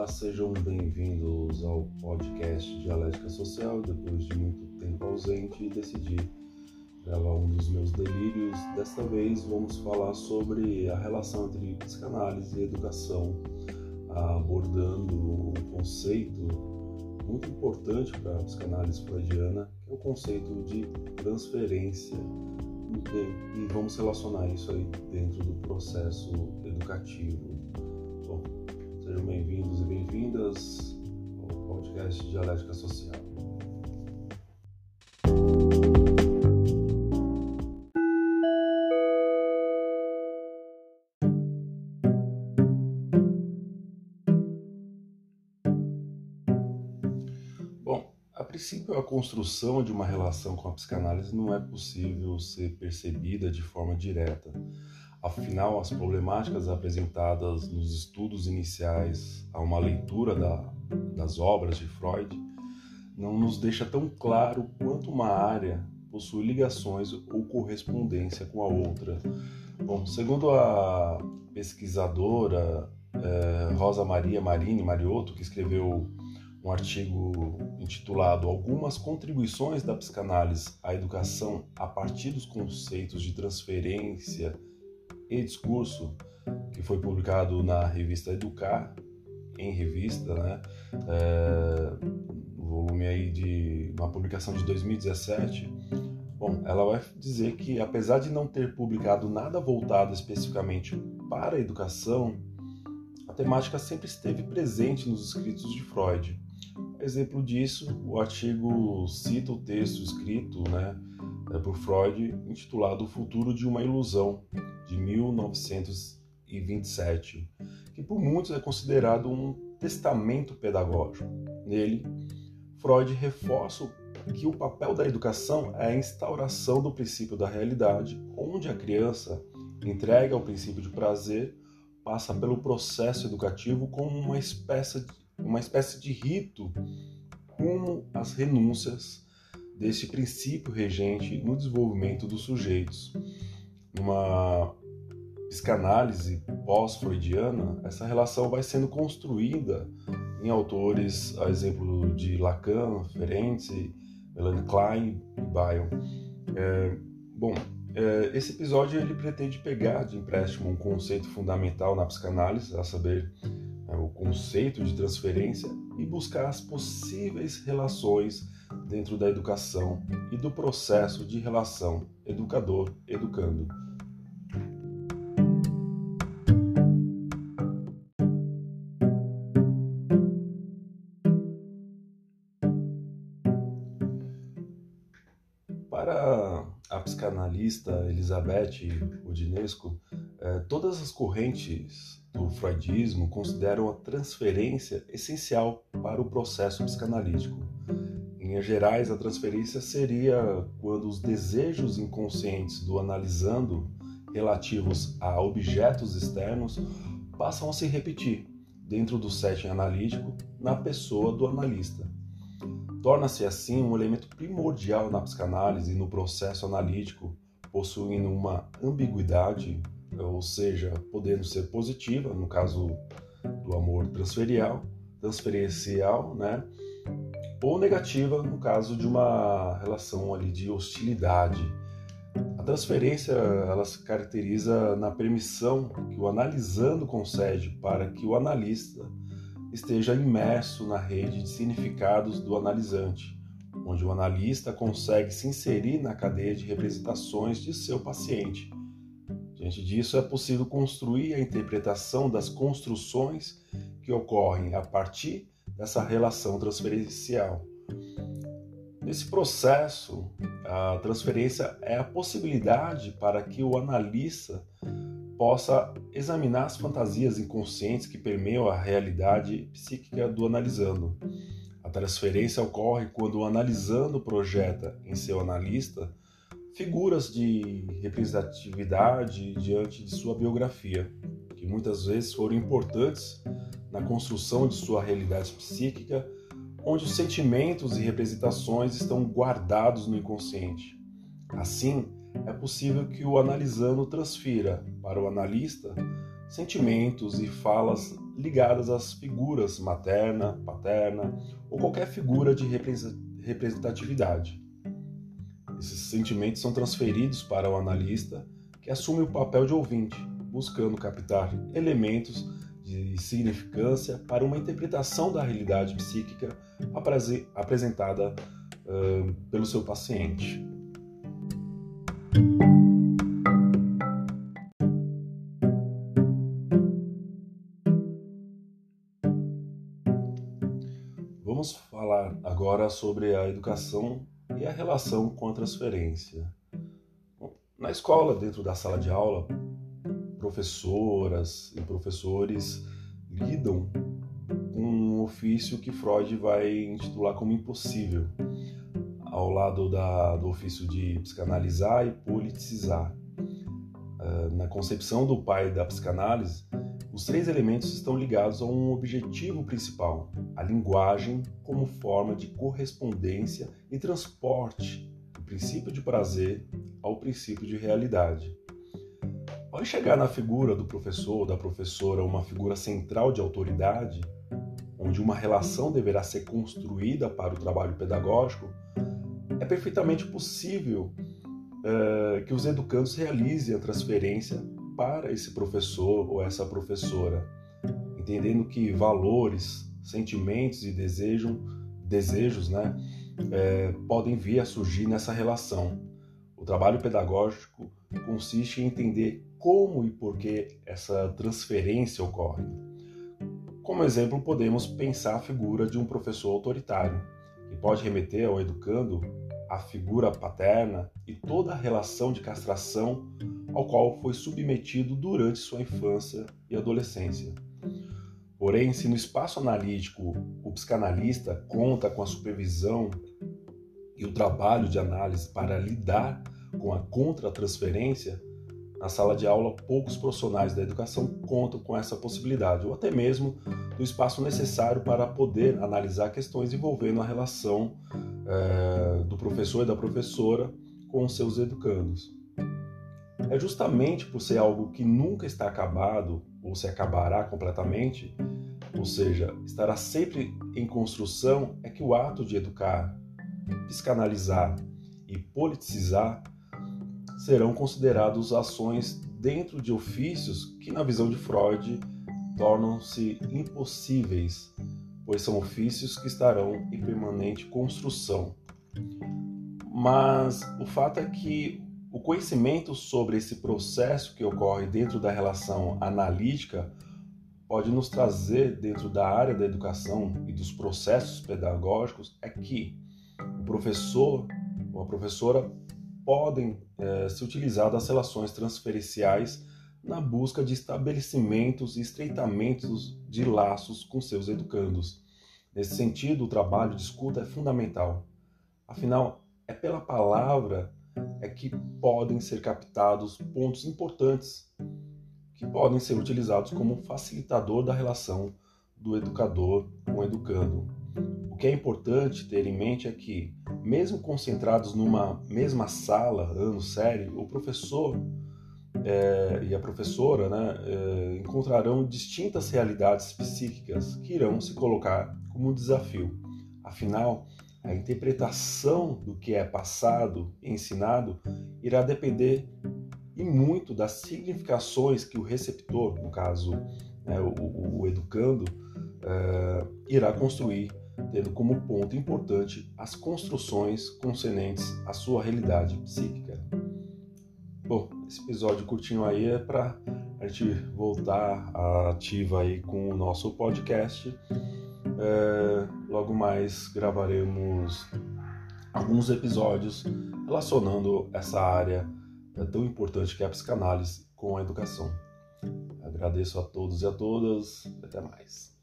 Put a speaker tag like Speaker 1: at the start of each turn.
Speaker 1: Olá, sejam bem-vindos ao podcast Dialética Social. Depois de muito tempo ausente, decidi gravar um dos meus delírios. Desta vez vamos falar sobre a relação entre psicanálise e educação, abordando um conceito muito importante para a psicanálise freudiana, que é o conceito de transferência. E vamos relacionar isso aí dentro do processo educativo. Bom, sejam bem-vindos e bem-vindas ao podcast Dialética Social. Bom, a princípio, a construção de uma relação com a psicanálise não é possível ser percebida de forma direta. Afinal, as problemáticas apresentadas nos estudos iniciais a uma leitura das obras de Freud não nos deixa tão claro quanto uma área possui ligações ou correspondência com a outra. Bom, segundo a pesquisadora Rosa Maria Marini Mariotto, que escreveu um artigo intitulado Algumas contribuições da psicanálise à educação a partir dos conceitos de transferência e discurso, que foi publicado na revista Educar, em revista, volume aí de uma publicação de 2017. Bom, ela vai dizer que, apesar de não ter publicado nada voltado especificamente para a educação, a temática sempre esteve presente nos escritos de Freud. Exemplo disso, o artigo cita o texto escrito por Freud, intitulado O Futuro de uma Ilusão, de 1927, que por muitos é considerado um testamento pedagógico. Nele, Freud reforça que o papel da educação é a instauração do princípio da realidade, onde a criança, entregue ao princípio de prazer, passa pelo processo educativo como uma espécie de rito rumo às renúncias deste princípio regente no desenvolvimento dos sujeitos. Numa psicanálise pós-freudiana, essa relação vai sendo construída em autores, a exemplo de Lacan, Ferenczi, Melanie Klein e Bion. Esse episódio ele pretende pegar de empréstimo um conceito fundamental na psicanálise, a saber, o conceito de transferência, e buscar as possíveis relações dentro da educação e do processo de relação educador-educando. Para a psicanalista Elizabeth Odinesco, todas as correntes do freudismo consideram a transferência essencial para o processo psicanalítico. Em linhas gerais, a transferência seria quando os desejos inconscientes do analisando relativos a objetos externos passam a se repetir dentro do setting analítico na pessoa do analista. Torna-se assim um elemento primordial na psicanálise e no processo analítico, possuindo uma ambiguidade, ou seja, podendo ser positiva, no caso do amor transferencial, ou negativa, no caso de uma relação ali de hostilidade. A transferência ela se caracteriza na permissão que o analisando concede para que o analista esteja imerso na rede de significados do analisante, onde o analista consegue se inserir na cadeia de representações de seu paciente. Diante disso, é possível construir a interpretação das construções que ocorrem a partir dessa relação transferencial. Nesse processo, a transferência é a possibilidade para que o analista possa examinar as fantasias inconscientes que permeiam a realidade psíquica do analisando. A transferência ocorre quando o analisando projeta em seu analista figuras de representatividade diante de sua biografia, que muitas vezes foram importantes na construção de sua realidade psíquica, onde os sentimentos e representações estão guardados no inconsciente. Assim, é possível que o analisando transfira para o analista sentimentos e falas ligadas às figuras materna, paterna ou qualquer figura de representatividade. Esses sentimentos são transferidos para o analista, que assume o papel de ouvinte, buscando captar elementos de significância para uma interpretação da realidade psíquica apresentada pelo seu paciente. Vamos falar agora sobre a educação e a relação com a transferência. Na escola, dentro da sala de aula, professoras e professores lidam com um ofício que Freud vai intitular como impossível, ao lado do ofício de psicanalizar e politicizar. Na concepção do pai da psicanálise, os 3 elementos estão ligados a um objetivo principal: a linguagem como forma de correspondência e transporte do princípio de prazer ao princípio de realidade. Ao enxergar na figura do professor ou da professora uma figura central de autoridade, onde uma relação deverá ser construída para o trabalho pedagógico, é perfeitamente possível que os educandos realizem a transferência para esse professor ou essa professora, entendendo que valores, sentimentos e desejos, podem vir a surgir nessa relação. O trabalho pedagógico consiste em entender como e por que essa transferência ocorre. Como exemplo, podemos pensar a figura de um professor autoritário, que pode remeter ao educando a figura paterna e toda a relação de castração ao qual foi submetido durante sua infância e adolescência. Porém, se no espaço analítico o psicanalista conta com a supervisão e o trabalho de análise para lidar com a contratransferência, na sala de aula poucos profissionais da educação contam com essa possibilidade, ou até mesmo do espaço necessário para poder analisar questões envolvendo a relação do professor e da professora com os seus educandos. É justamente por ser algo que nunca está acabado ou se acabará completamente, ou seja, estará sempre em construção, é que o ato de educar, psicanalizar e politicizar serão considerados ações dentro de ofícios que, na visão de Freud, tornam-se impossíveis, pois são ofícios que estarão em permanente construção. Mas o fato é que o conhecimento sobre esse processo que ocorre dentro da relação analítica pode nos trazer, dentro da área da educação e dos processos pedagógicos, é que o professor ou a professora podem se utilizar das relações transferenciais na busca de estabelecimentos e estreitamentos de laços com seus educandos. Nesse sentido, o trabalho de escuta é fundamental. Afinal, é pela palavra que podem ser captados pontos importantes que podem ser utilizados como facilitador da relação do educador com o educando. O que é importante ter em mente é que, mesmo concentrados numa mesma sala, série, o professor e a professora encontrarão distintas realidades psíquicas que irão se colocar como um desafio. Afinal, a interpretação do que é passado e ensinado irá depender e muito das significações que o receptor, no caso o educando, irá construir, tendo como ponto importante as construções concernentes à sua realidade psíquica. Bom, esse episódio curtinho aí é para a gente voltar à ativa aí com o nosso podcast. Logo mais gravaremos alguns episódios relacionando essa área tão importante que é a psicanálise com a educação. Agradeço a todos e a todas. Até mais.